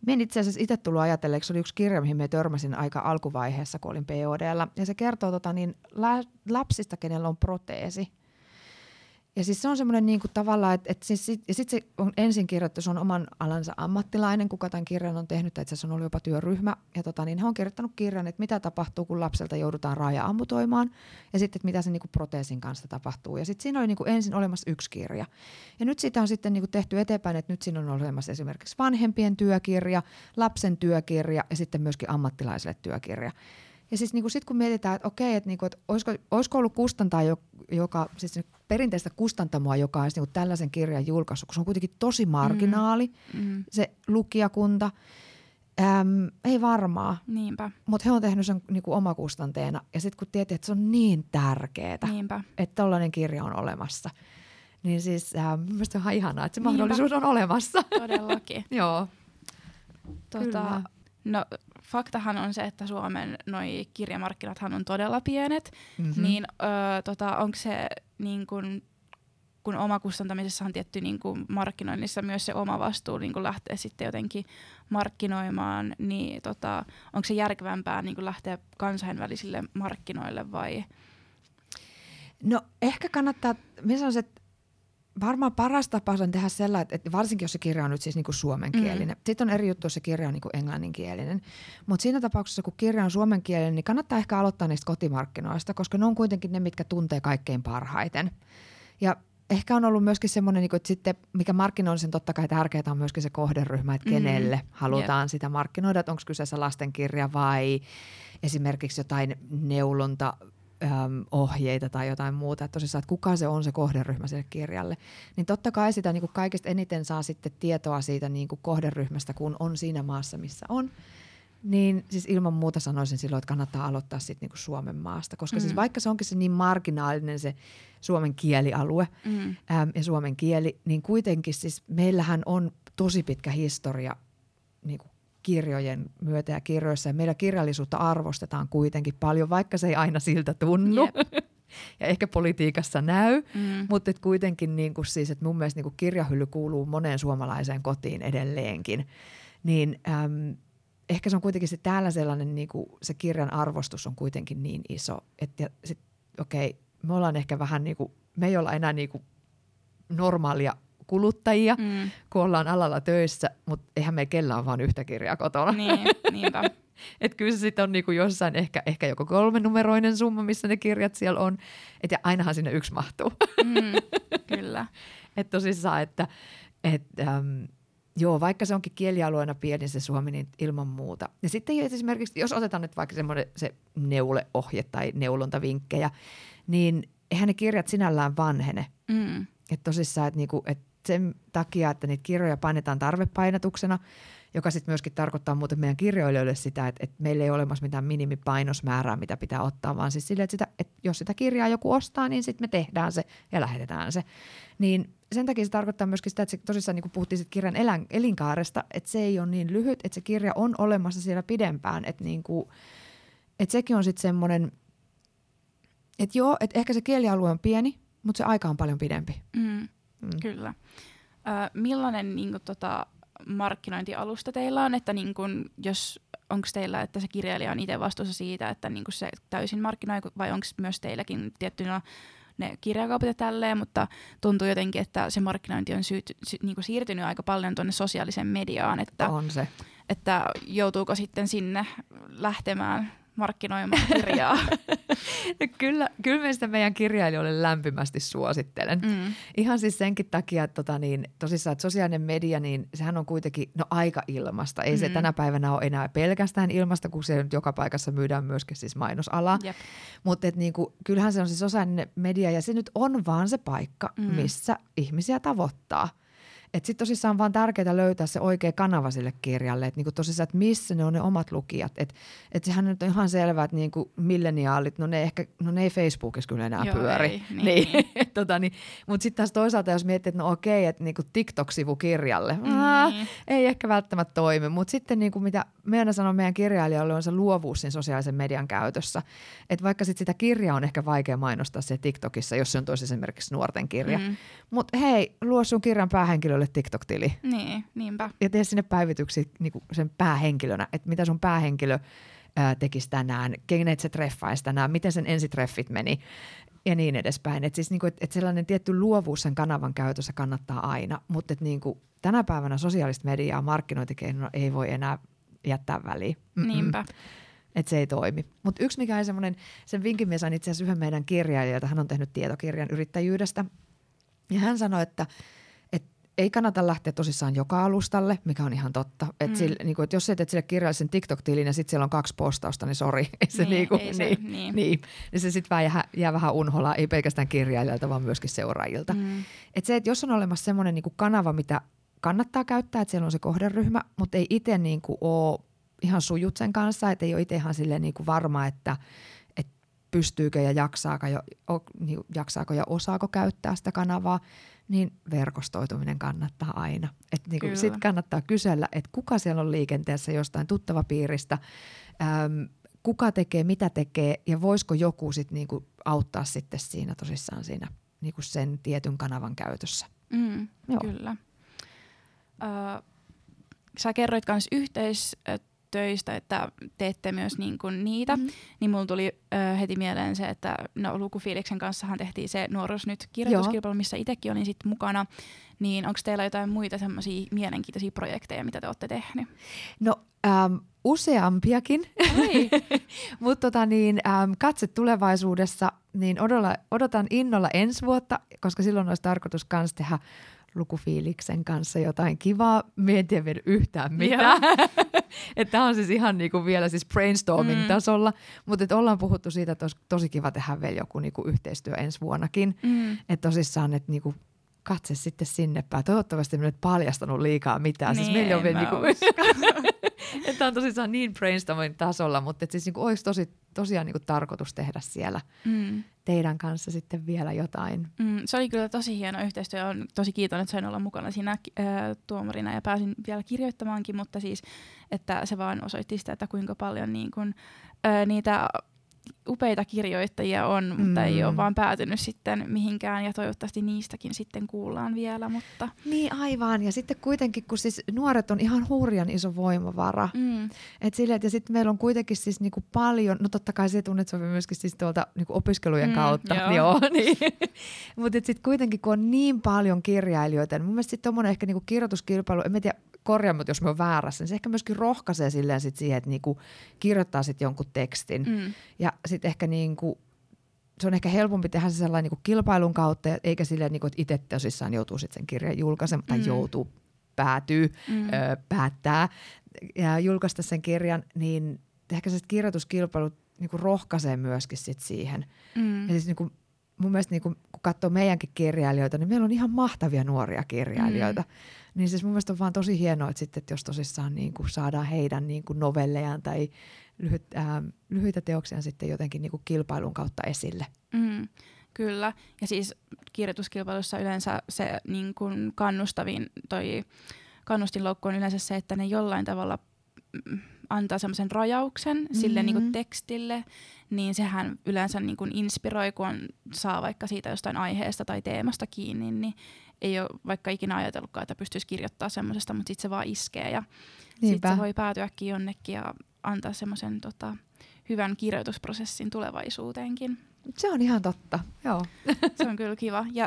B: Mä en itse asiassa itse tullut ajatelleeksi, se oli yksi kirja, mihin mä törmäsin aika alkuvaiheessa, kun olin POD:llä. Ja se kertoo lapsista, kenellä on proteesi. Ja siis se on semmoinen niinku tavallaan, että sitten se on ensin kirjoittu, se on oman alansa ammattilainen, kuka tämän kirjan on tehnyt, että se on ollut jopa työryhmä. Ja niin he on kirjoittanut kirjan, että mitä tapahtuu, kun lapselta joudutaan raja-ammutoimaan ja sitten, että mitä se niinku proteesin kanssa tapahtuu. Ja sitten siinä oli niinku ensin olemassa yksi kirja. Ja nyt siitä on sitten niinku tehty eteenpäin, että nyt siinä on olemassa esimerkiksi vanhempien työkirja, lapsen työkirja ja sitten myöskin ammattilaiselle työkirja. Ja siis niin sitten kun mietitään, että okei, että, että olisiko ollut kustantaja, joka, siis perinteistä kustantamoa, joka olisi niin tällaisen kirjan julkaissut, kun se on kuitenkin tosi marginaali, se lukijakunta. Ei varmaa, mutta he on tehnyt sen niin omakustanteena. Ja sitten kun tietää, että se on niin tärkeää, että tällainen kirja on olemassa, niin siis mielestäni on ihan ihanaa, että se mahdollisuus on olemassa.
A: Todellakin.
B: Joo.
A: No faktahan on se, että Suomen noi kirjamarkkinathan on todella pienet, niin onko se niin kun omakustantamisessa on tietty niin kun markkinoinnissa myös se oma vastuu niin kun lähteä sitten jotenkin markkinoimaan, niin onko se järkevämpää niin kun lähteä kansainvälisille markkinoille vai?
B: No ehkä kannattaa, minä sanoisin, että varmaan paras tapa on tehdä sellainen, että varsinkin jos se kirja on nyt siis niinku suomenkielinen. Sitten on eri juttu, jos se kirja on niinku englanninkielinen. Mutta siinä tapauksessa, kun kirja on suomenkielinen, niin kannattaa ehkä aloittaa niistä kotimarkkinoista, koska ne on kuitenkin ne, mitkä tuntee kaikkein parhaiten. Ja ehkä on ollut myöskin semmoinen, että sitten, mikä markkinoinnissa on totta kai tärkeää, on myöskin se kohderyhmä, että kenelle halutaan sitä markkinoida, että onko kyseessä lastenkirja vai esimerkiksi jotain neulonta ohjeita tai jotain muuta, että tosissaan, että kuka se on se kohderyhmä sille kirjalle, niin totta kai sitä niin kuin kaikista eniten saa sitten tietoa siitä niin kuin kohderyhmästä, kun on siinä maassa, missä on, niin siis ilman muuta sanoisin silloin, että kannattaa aloittaa sitten niin kuin Suomen maasta, koska siis vaikka se onkin se niin marginaalinen se suomen kielialue ja suomen kieli, niin kuitenkin siis meillähän on tosi pitkä historia niin kuin kirjojen myötä ja kirjoissa. Ja meillä kirjallisuutta arvostetaan kuitenkin paljon, vaikka se ei aina siltä tunnu. Yep. Ja ehkä politiikassa näy, mutta kuitenkin niin kuin siis, että mun mielestä niin kuin kirjahylly kuuluu moneen suomalaiseen kotiin edelleenkin. Niin ehkä se on kuitenkin se täällä sellainen, niin kuin se kirjan arvostus on kuitenkin niin iso. Että me ollaan ehkä vähän niin kuin, me ei olla enää niin kuin normaalia kuluttajia, kun ollaan alalla töissä, mutta eihän me kellään ole vaan yhtä kirjaa kotona.
A: Niinpä.
B: Että kyllä se sitten on niinku jossain ehkä joko 3-numeroinen summa, missä ne kirjat siellä on, ja ainahan sinne yksi mahtuu.
A: Kyllä.
B: Että tosissaan, joo, vaikka se onkin kielialueena pieni se suomi, niin ilman muuta. Ja sitten esimerkiksi, jos otetaan nyt vaikka se neuleohje tai neulontavinkkejä, niin eihän ne kirjat sinällään vanhene. Että tosissaan, että sen takia, että niitä kirjoja painetaan tarvepainatuksena, joka sitten myöskin tarkoittaa muuten meidän kirjoilijoille sitä, että meillä ei ole olemassa mitään minimipainosmäärää, mitä pitää ottaa, vaan siis silleen, että jos sitä kirjaa joku ostaa, niin sitten me tehdään se ja lähetetään se. Niin sen takia se tarkoittaa myöskin sitä, että se tosissaan, niin kuin puhuttiin sit kirjan elinkaaresta, että se ei ole niin lyhyt, että se kirja on olemassa siellä pidempään, että sekin on sitten semmoinen, että joo, että ehkä se kielialue on pieni, mutta se aika on paljon pidempi.
A: Kyllä. Millainen markkinointialusta teillä on, että jos onko teillä, että se kirjailija on itse vastuussa siitä, että se täysin markkinoi, vai onko myös teilläkin tiettynä ne kirjakaupat ja tälleen, mutta tuntuu jotenkin, että se markkinointi on siirtynyt aika paljon tuonne sosiaaliseen mediaan, että,
B: on se.
A: Että joutuuko sitten sinne lähtemään markkinoimaan kirjaa?
B: No kyllä mä sitä meidän kirjailijoille lämpimästi suosittelen. Ihan siis senkin takia, että tosissaan, että sosiaalinen media, niin sehän on kuitenkin aika ilmasta. Ei se tänä päivänä ole enää pelkästään ilmasta, kun se nyt joka paikassa myydään myöskin siis mainosalaa. Mutta kyllähän se on siis sosiaalinen media ja se nyt on vaan se paikka, missä ihmisiä tavoittaa. Että sitten tosissaan on vaan tärkeää löytää se oikea kanava sille kirjalle, että tosissaan, että missä ne on ne omat lukijat. Että sehän nyt on ihan selvää, että milleniaalit, ne ei Facebookissa kyllä enää pyöri. Mutta sitten taas toisaalta, jos miettii, että okei, että TikTok-sivu kirjalle, ei ehkä välttämättä toimi. Mutta sitten mitä me aina sanon meidän kirjailijoille on se luovuus siinä sosiaalisen median käytössä. Että vaikka sitä kirjaa on ehkä vaikea mainostaa siellä TikTokissa, jos se on toisi esimerkiksi nuorten kirja. Mutta hei, luo sun kirjan päähenkilölle TikTok-tili.
A: Niin, niinpä.
B: Ja tee sinne päivityksiä niinku sen päähenkilönä, että mitä sun päähenkilö tekisi tänään, kenet se treffaisi tänään, miten sen ensitreffit meni ja niin edespäin. Että siis niinku, et sellainen tietty luovuus sen kanavan käytössä kannattaa aina, mutta niinku, tänä päivänä sosiaalista mediaa markkinointikeinona ei voi enää jättää väliin.
A: Niinpä.
B: Että se ei toimi. Mutta yksi mikä on semmoinen, sen vinkin mies on itse asiassa yhden meidän kirjailijalta, hän on tehnyt tietokirjan yrittäjyydestä. Ja hän sanoi, että ei kannata lähteä tosissaan joka alustalle, mikä on ihan totta. Että niinku, et jos sä teet sille kirjallisen TikTok-tilin ja sitten siellä on 2 postausta, niin sori. Niin se sitten jää vähän unholaan, ei pelkästään kirjailijalta, vaan myöskin seuraajilta. Että se, että jos on olemassa semmoinen niinku kanava, mitä kannattaa käyttää, että siellä on se kohderyhmä, mutta ei itse niinku ole ihan sujut sen kanssa, että ei ole itse ihan silleen niinku varma, että pystyykö ja jaksaako ja osaako käyttää sitä kanavaa, niin verkostoituminen kannattaa aina. Sitten kannattaa kysellä, että kuka siellä on liikenteessä jostain tuttavapiiristä, kuka tekee, mitä tekee ja voisiko joku sitten niinku auttaa sitten siinä tosissaan siinä niinku sen tietyn kanavan käytössä.
A: Kyllä. Sä kerroit myös yhteistöistä, että teette myös niitä, niin mulla tuli heti mieleen se, että Lukufiiliksen kanssahan tehtiin se Nuoruus nyt -kirjoituskilpailu, missä itsekin olin sitten mukana. Niin onko teillä jotain muita semmoisia mielenkiintoisia projekteja, mitä te olette tehneet?
B: No useampiakin, mutta katse tulevaisuudessa, niin odotan innolla ensi vuotta, koska silloin olisi tarkoitus myös tehdä Lukufiiliksen kanssa jotain kivaa. Me en tiedä vielä yhtään mitään. Tämä on siis ihan niinku vielä siis brainstorming-tasolla, mutta ollaan puhuttu siitä, että olisi tosi kiva tehdä vielä joku niinku yhteistyö ensi vuonnakin. Että tosissaan, että niinku katse sitten sinne päin. Toivottavasti en nyt paljastanut liikaa mitään.
A: Niin,
B: siis meillä on vielä tämä on tosissaan niin brainstorming tasolla, mutta siis niinku olisi tosiaan niinku tarkoitus tehdä siellä teidän kanssa sitten vielä jotain.
A: Se oli kyllä tosi hieno yhteistyö. Olen tosi kiitollinen, että sain olla mukana siinä tuomarina ja pääsin vielä kirjoittamaankin, mutta siis, että se vaan osoitti sitä, että kuinka paljon niitä upeita kirjoittajia on, mutta ei ole vaan päätynyt sitten mihinkään ja toivottavasti niistäkin sitten kuullaan vielä. Mutta.
B: Niin aivan ja sitten kuitenkin, kun siis nuoret on ihan hurjan iso voimavara. Et silleen, ja sitten meillä on kuitenkin siis niinku paljon, no totta kai se tunnet Sofi myöskin siis tuolta niinku opiskelujen kautta. Niin. Mutta sitten kuitenkin kun on niin paljon kirjailijoita, niin mun mielestä sitten tommoinen ehkä niinku kirjoituskilpailu, en mä tiedä, korjaa, mutta jos me on väärässä, niin se ehkä myöskin rohkaisee silleen sit siihen, että niinku kirjoittaa sitten jonkun tekstin. Ja sitten ehkä niinku, se on ehkä helpompi tehdä se sellainen niinku kilpailun kautta, eikä silleen, niinku, että itse tosissaan joutuu sitten sen kirjan julkaisemaan, tai päättää ja julkaista sen kirjan, niin ehkä se kirjoituskilpailu niinku rohkaisee myöskin sit siihen. Ja siis niinku, mun mielestä niinku, kun katsoo meidänkin kirjailijoita, niin meillä on ihan mahtavia nuoria kirjailijoita. Niin siis mun mielestä on vaan tosi hienoa, että, sitten, että jos tosissaan niinku saadaan heidän niinku novellejaan tai lyhyitä teoksia sitten jotenkin niinku kilpailun kautta esille.
A: Kyllä. Ja siis kirjoituskilpailussa yleensä se niinku kannustinloukku on yleensä se, että ne jollain tavalla antaa semmoisen rajauksen sille niinku tekstille, niin sehän yleensä niinku inspiroi, kun saa vaikka siitä jostain aiheesta tai teemasta kiinni, niin ei ole vaikka ikinä ajatellutkaan, että pystyisi kirjoittamaan semmoisesta, mutta sitten se vaan iskee ja sitten se voi päätyäkin jonnekin ja antaa semmoisen hyvän kirjoitusprosessin tulevaisuuteenkin.
B: Se on ihan totta, joo.
A: Se on kyllä kiva. Ja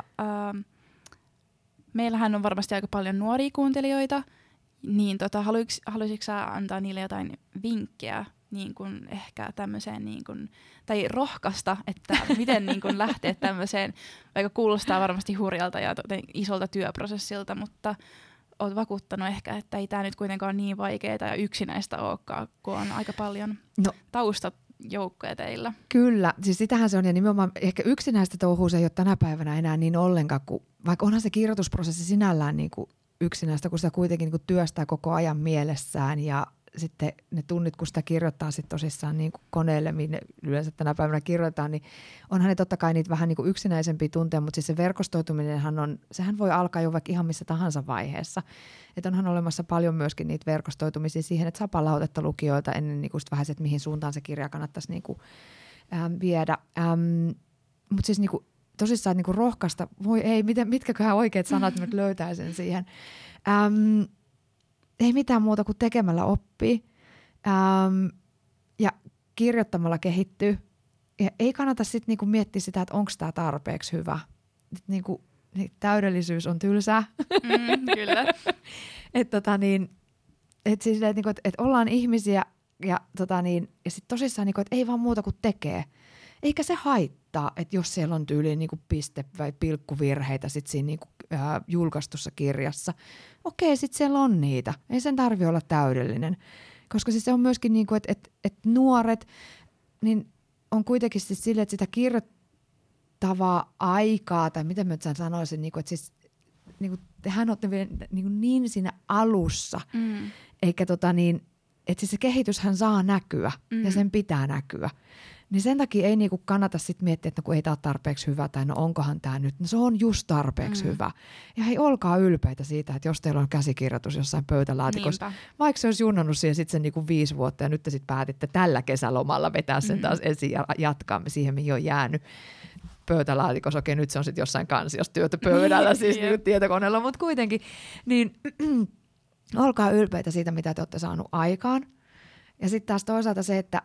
A: meillähän on varmasti aika paljon nuoria kuuntelijoita, niin haluaisitko sä antaa niille jotain vinkkejä, niin kuin ehkä tämmöiseen, niin kuin, tai rohkaista, että miten niin kuin lähteä tämmöiseen, vaikka kuulostaa varmasti hurjalta ja isolta työprosessilta, mutta oot vakuuttanut ehkä, että ei tämä nyt kuitenkaan niin vaikeaa ja yksinäistä olekaan, kun on aika paljon taustajoukkoja teillä. Kyllä, siis sitähän se on, ja nimenomaan ehkä yksinäistä touhua se ei ole tänä päivänä enää niin ollenkaan, kun, vaikka onhan se kirjoitusprosessi sinällään niin kuin yksinäistä, kun sitä kuitenkin niin kuin työstää koko ajan mielessään ja
B: sitten ne tunnit, kun sitä kirjoittaa sit tosissaan niin kuin koneelle, minne yleensä tänä päivänä kirjoitetaan, niin onhan ne totta kai niitä vähän niin kuin yksinäisempiä tunteja, mutta siis se verkostoituminenhan sehän voi alkaa jo vaikka ihan missä tahansa vaiheessa. Että onhan olemassa paljon myöskin niitä verkostoitumisia siihen, että saa palautetta lukijoilta ennen niin kuin vähän se, että mihin suuntaan se kirja kannattaisi niin kuin, viedä. Mutta siis niin kuin, tosissaan niin kuin rohkaista, voi ei, mitkäköhän oikeat sanat nyt löytää sen siihen. Ei mitään muuta kuin tekemällä oppii ja kirjoittamalla kehittyy. Ja ei kannata sitten niinku miettiä sitä, että onko tämä tarpeeksi hyvä. Niinku, täydellisyys on tylsää.
A: Kyllä.
B: Siis, et ollaan ihmisiä ja sitten tosissaan, niinku, että ei vaan muuta kuin tekee. Eikä se haittaa, että jos siellä on tyyliin niinku piste- vai pilkkuvirheitä sit siinä niinku, julkaistussa kirjassa. Okei, sitten siellä on niitä. Ei sen tarvitse olla täydellinen. Koska siis se on myöskin, niinku, että nuoret niin on kuitenkin siis sille, että sitä kirjoittavaa aikaa, tai miten mä nyt sanoisin, niinku, että siis, niinku, tehän olette vielä niin siinä alussa. Eikä että siis se kehityshän saa näkyä ja sen pitää näkyä. Niin sen takia ei niinku kannata sit miettiä, että no kun ei tämä ole tarpeeksi hyvä tai no onkohan tämä nyt. No se on just tarpeeksi hyvä. Ja hei, olkaa ylpeitä siitä, että jos teillä on käsikirjoitus jossain pöytälaatikossa, vaikka se olisi junnannut siihen sitten sen niinku 5 vuotta ja nyt te sitten päätitte tällä kesälomalla vetää sen taas esiin ja jatkaa siihen, mihin on jäänyt pöytälaatikossa. Okei, nyt se on sitten jossain kansiossa työtöpöydällä, siis niinku tietokoneella, mutta kuitenkin. Niin olkaa ylpeitä siitä, mitä te olette saanut aikaan. Ja sitten taas toisaalta se, että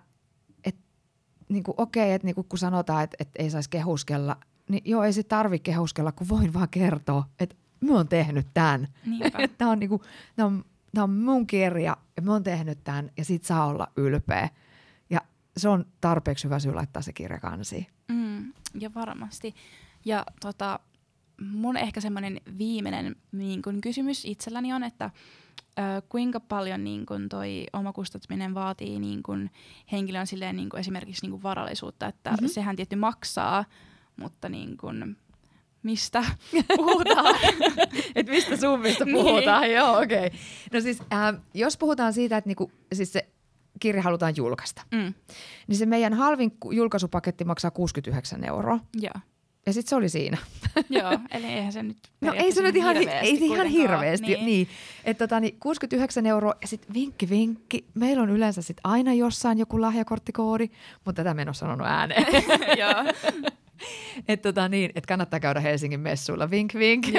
B: niinku, että niinku, kun sanotaan, että ei saisi kehuskella, niin joo, ei se tarvitse kehuskella, kun voin vaan kertoa, että mä oon tehnyt tämän. Tämä on, niinku, on mun kirja ja mä oon tehnyt tämän ja siitä saa olla ylpeä. Ja se on tarpeeksi hyvä syy laittaa se kirja kansiin.
A: Ja varmasti. Ja mun ehkä semmoinen viimeinen niin kun kysymys itselläni on, että kuinka paljon niin kun toi omakustantaminen vaatii niin kun henkilön silleen, niin kun esimerkiksi niin kun varallisuutta, että sehän tietty maksaa, mutta niin kun, mistä puhutaan?
B: Et mistä summista puhutaan, niin. Joo okei. Okay. No siis jos puhutaan siitä, että niinku, siis se kirja halutaan julkaista, niin se meidän halvin julkaisupaketti maksaa 69 €.
A: Joo.
B: Ja sitten se oli siinä.
A: Joo, eli eihän se nyt
B: no ei se nyt ihan hirveästi. Niin. Että 69 € ja sitten vinkki. Meillä on yleensä sit aina jossain joku lahjakorttikoodi, mutta tätä mä en ole sanonut ääneen.
A: Joo.
B: Että et kannattaa käydä Helsingin messuilla. Vink.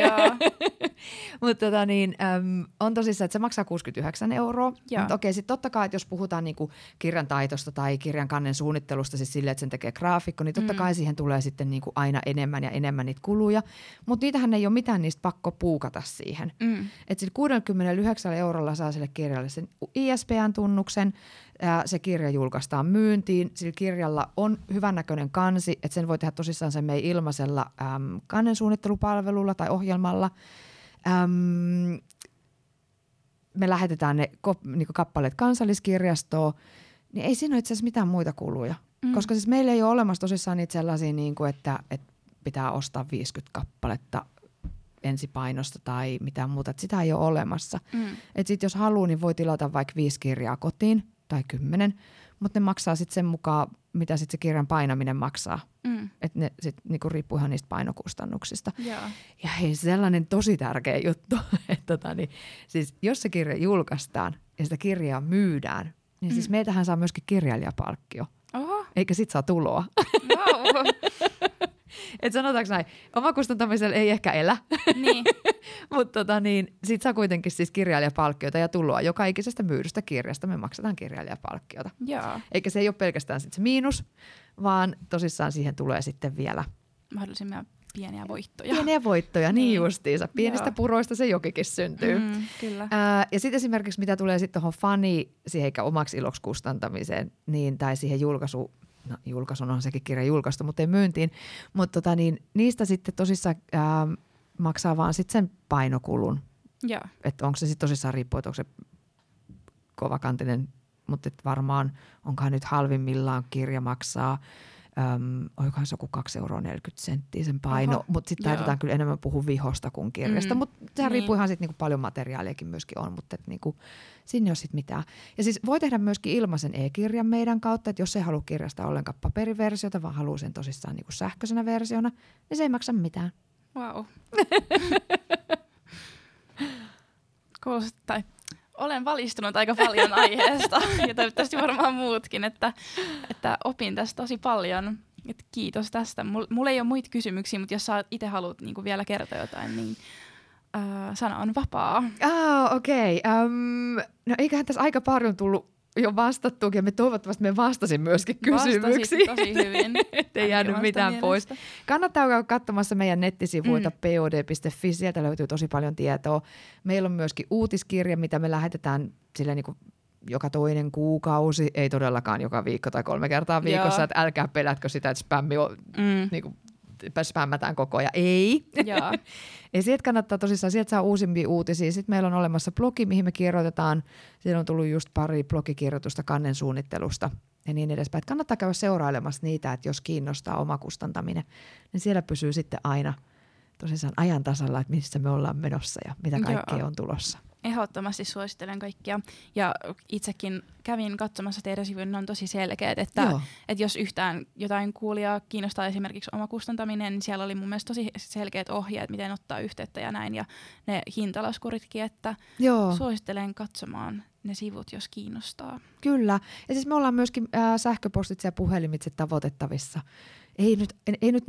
B: Mutta on tosissaan, että se maksaa 69 €. Mutta okei, sitten totta kai, että jos puhutaan niinku kirjan taitosta tai kirjan kannen suunnittelusta, siis silleen, että sen tekee graafikko, niin totta kai siihen tulee sitten niinku aina enemmän ja enemmän niitä kuluja. Mutta niitähän ei ole mitään niistä pakko puukata siihen. Että sillä 69 € saa sille kirjalle sen ISBN-tunnuksen, se kirja julkaistaan myyntiin. Sillä kirjalla on hyvännäköinen kansi, että sen voi tehdä tosissaan sen meidän ilmaisella kannen suunnittelupalvelulla tai ohjelmalla. Me lähetetään ne niinku kappaleet Kansalliskirjastoon, niin ei siinä ole itse asiassa mitään muita kuluja. Koska siis meillä ei ole olemassa tosissaan niitä sellaisia, niinku, että pitää ostaa 50 kappaletta ensipainosta tai mitään muuta. Et sitä ei ole olemassa. Et sit jos haluaa, niin voi tilata vaikka 5 kirjaa kotiin tai 10, mutta ne maksaa sitten sen mukaan, mitä sitten se kirjan painaminen maksaa. Että ne sitten niinku riippuu ihan niistä painokustannuksista.
A: Joo.
B: Ja hei, sellainen tosi tärkeä juttu, että siis jos se kirja julkaistaan ja sitä kirjaa myydään, niin siis meiltähän saa myöskin kirjailijapalkkio.
A: Oho.
B: Eikä sit saa tuloa.
A: Wow.
B: Et sanotaanko näin, omakustantamisella ei ehkä elä,
A: Niin.
B: mutta sit saa kuitenkin siis kirjailijapalkkiota ja tuloa. Joka ikisestä myydystä kirjasta me maksetaan kirjailijapalkkiota.
A: Joo.
B: Eikä se ei ole pelkästään sit se miinus, vaan tosissaan siihen tulee sitten vielä
A: Mahdollisimman pieniä voittoja.
B: Pieniä voittoja, niin justiinsa. Pienistä
A: Joo.
B: puroista se jokikin syntyy.
A: Kyllä.
B: Ja sitten esimerkiksi mitä tulee sitten tuohon siihen eikä omaksi iloksi kustantamiseen, niin, tai siihen julkaisun on sekin kirja julkaistu, mutta ei myyntiin. Mutta niistä sitten tosissaan maksaa vaan sitten sen painokulun.
A: Joo.
B: Että onko se sitten tosissaan riippuu, että onko se kovakantinen, mutta varmaan onkohan nyt halvimmillaan kirja maksaa Oikohan se joku 2,40 € sen paino, mutta sitten taitetaan kyllä enemmän puhua vihosta kuin kirjasta, mutta sehän riippuu ihan sitten niinku paljon materiaaliakin myöskin on, mutta niinku, sinne ei ole sitten mitään. Ja siis voi tehdä myöskin ilmaisen e-kirjan meidän kautta, että jos ei halua kirjasta ollenkaan paperiversiota, vaan haluaa sen tosissaan niinku sähköisenä versiona, niin se ei maksa mitään.
A: Wow. Kuulostaa, olen valistunut aika paljon aiheesta ja toivottavasti varmaan muutkin, että opin tästä tosi paljon. Et kiitos tästä. Mulla ei ole muita kysymyksiä, mutta jos sä itse haluat niinku vielä kertoa jotain, niin sana on vapaa.
B: Okei. No eiköhän tässä aika paljon tullut jo vastattuukin, ja me toivottavasti me vastasin myöskin kysymyksiin.
A: Tosi hyvin.
B: Ettei jäänyt mitään pois. Kannattaa käydä katsomassa meidän nettisivuilta pod.fi, sieltä löytyy tosi paljon tietoa. Meillä on myöskin uutiskirja, mitä me lähetetään sille niin kuin joka toinen kuukausi, ei todellakaan joka viikko tai 3 kertaa viikossa, että älkää pelätkö sitä, että spämmi on niin kuin, spämmätään koko ajan. Ei. Ja sieltä kannattaa tosissaan, sieltä saa uusimpia uutisia. Sitten meillä on olemassa blogi, mihin me kirjoitetaan. Siellä on tullut just pari blogikirjoitusta kannen suunnittelusta ja niin edespäin. Että kannattaa käydä seurailemassa niitä, että jos kiinnostaa omakustantaminen, niin siellä pysyy sitten aina tosissaan ajan tasalla, että missä me ollaan menossa ja mitä kaikkea on tulossa.
A: Ehdottomasti suosittelen kaikkia. Ja itsekin kävin katsomassa teidän sivuja, ne on tosi selkeät, että jos yhtään jotain kuulijaa kiinnostaa esimerkiksi omakustantaminen, niin siellä oli mun mielestä tosi selkeät ohjeet, miten ottaa yhteyttä ja näin. Ja ne hintalaskuritkin, että suosittelen katsomaan ne sivut, jos kiinnostaa.
B: Kyllä. Ja siis me ollaan myöskin sähköpostitse ja puhelimitse tavoitettavissa. Ei nyt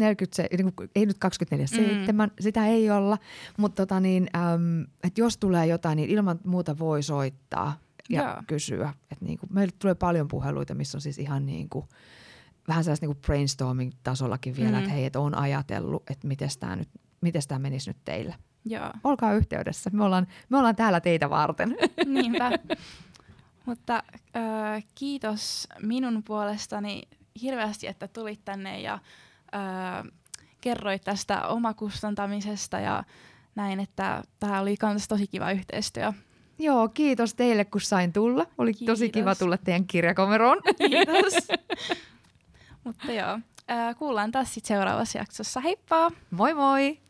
B: 24/7, sitä ei olla, mutta että jos tulee jotain, niin ilman muuta voi soittaa ja kysyä. Että niinku, meille tulee paljon puheluita, missä on siis ihan niinku, vähän sellaista niinku brainstorming-tasollakin vielä, että hei, et on ajatellut, että miten tämä menisi nyt teillä.
A: Joo.
B: Olkaa yhteydessä, me ollaan täällä teitä varten.
A: Niinpä, mutta kiitos minun puolestani hirveästi, että tulit tänne ja kerroit tästä omakustantamisesta ja näin, että tämä oli myös tosi kiva yhteistyö.
B: Joo, kiitos teille, kun sain tulla. Oli tosi kiva tulla teidän kirjakomeroon.
A: Kiitos. Mutta joo, kuullaan taas sit seuraavassa jaksossa. Heippa!
B: Moi moi!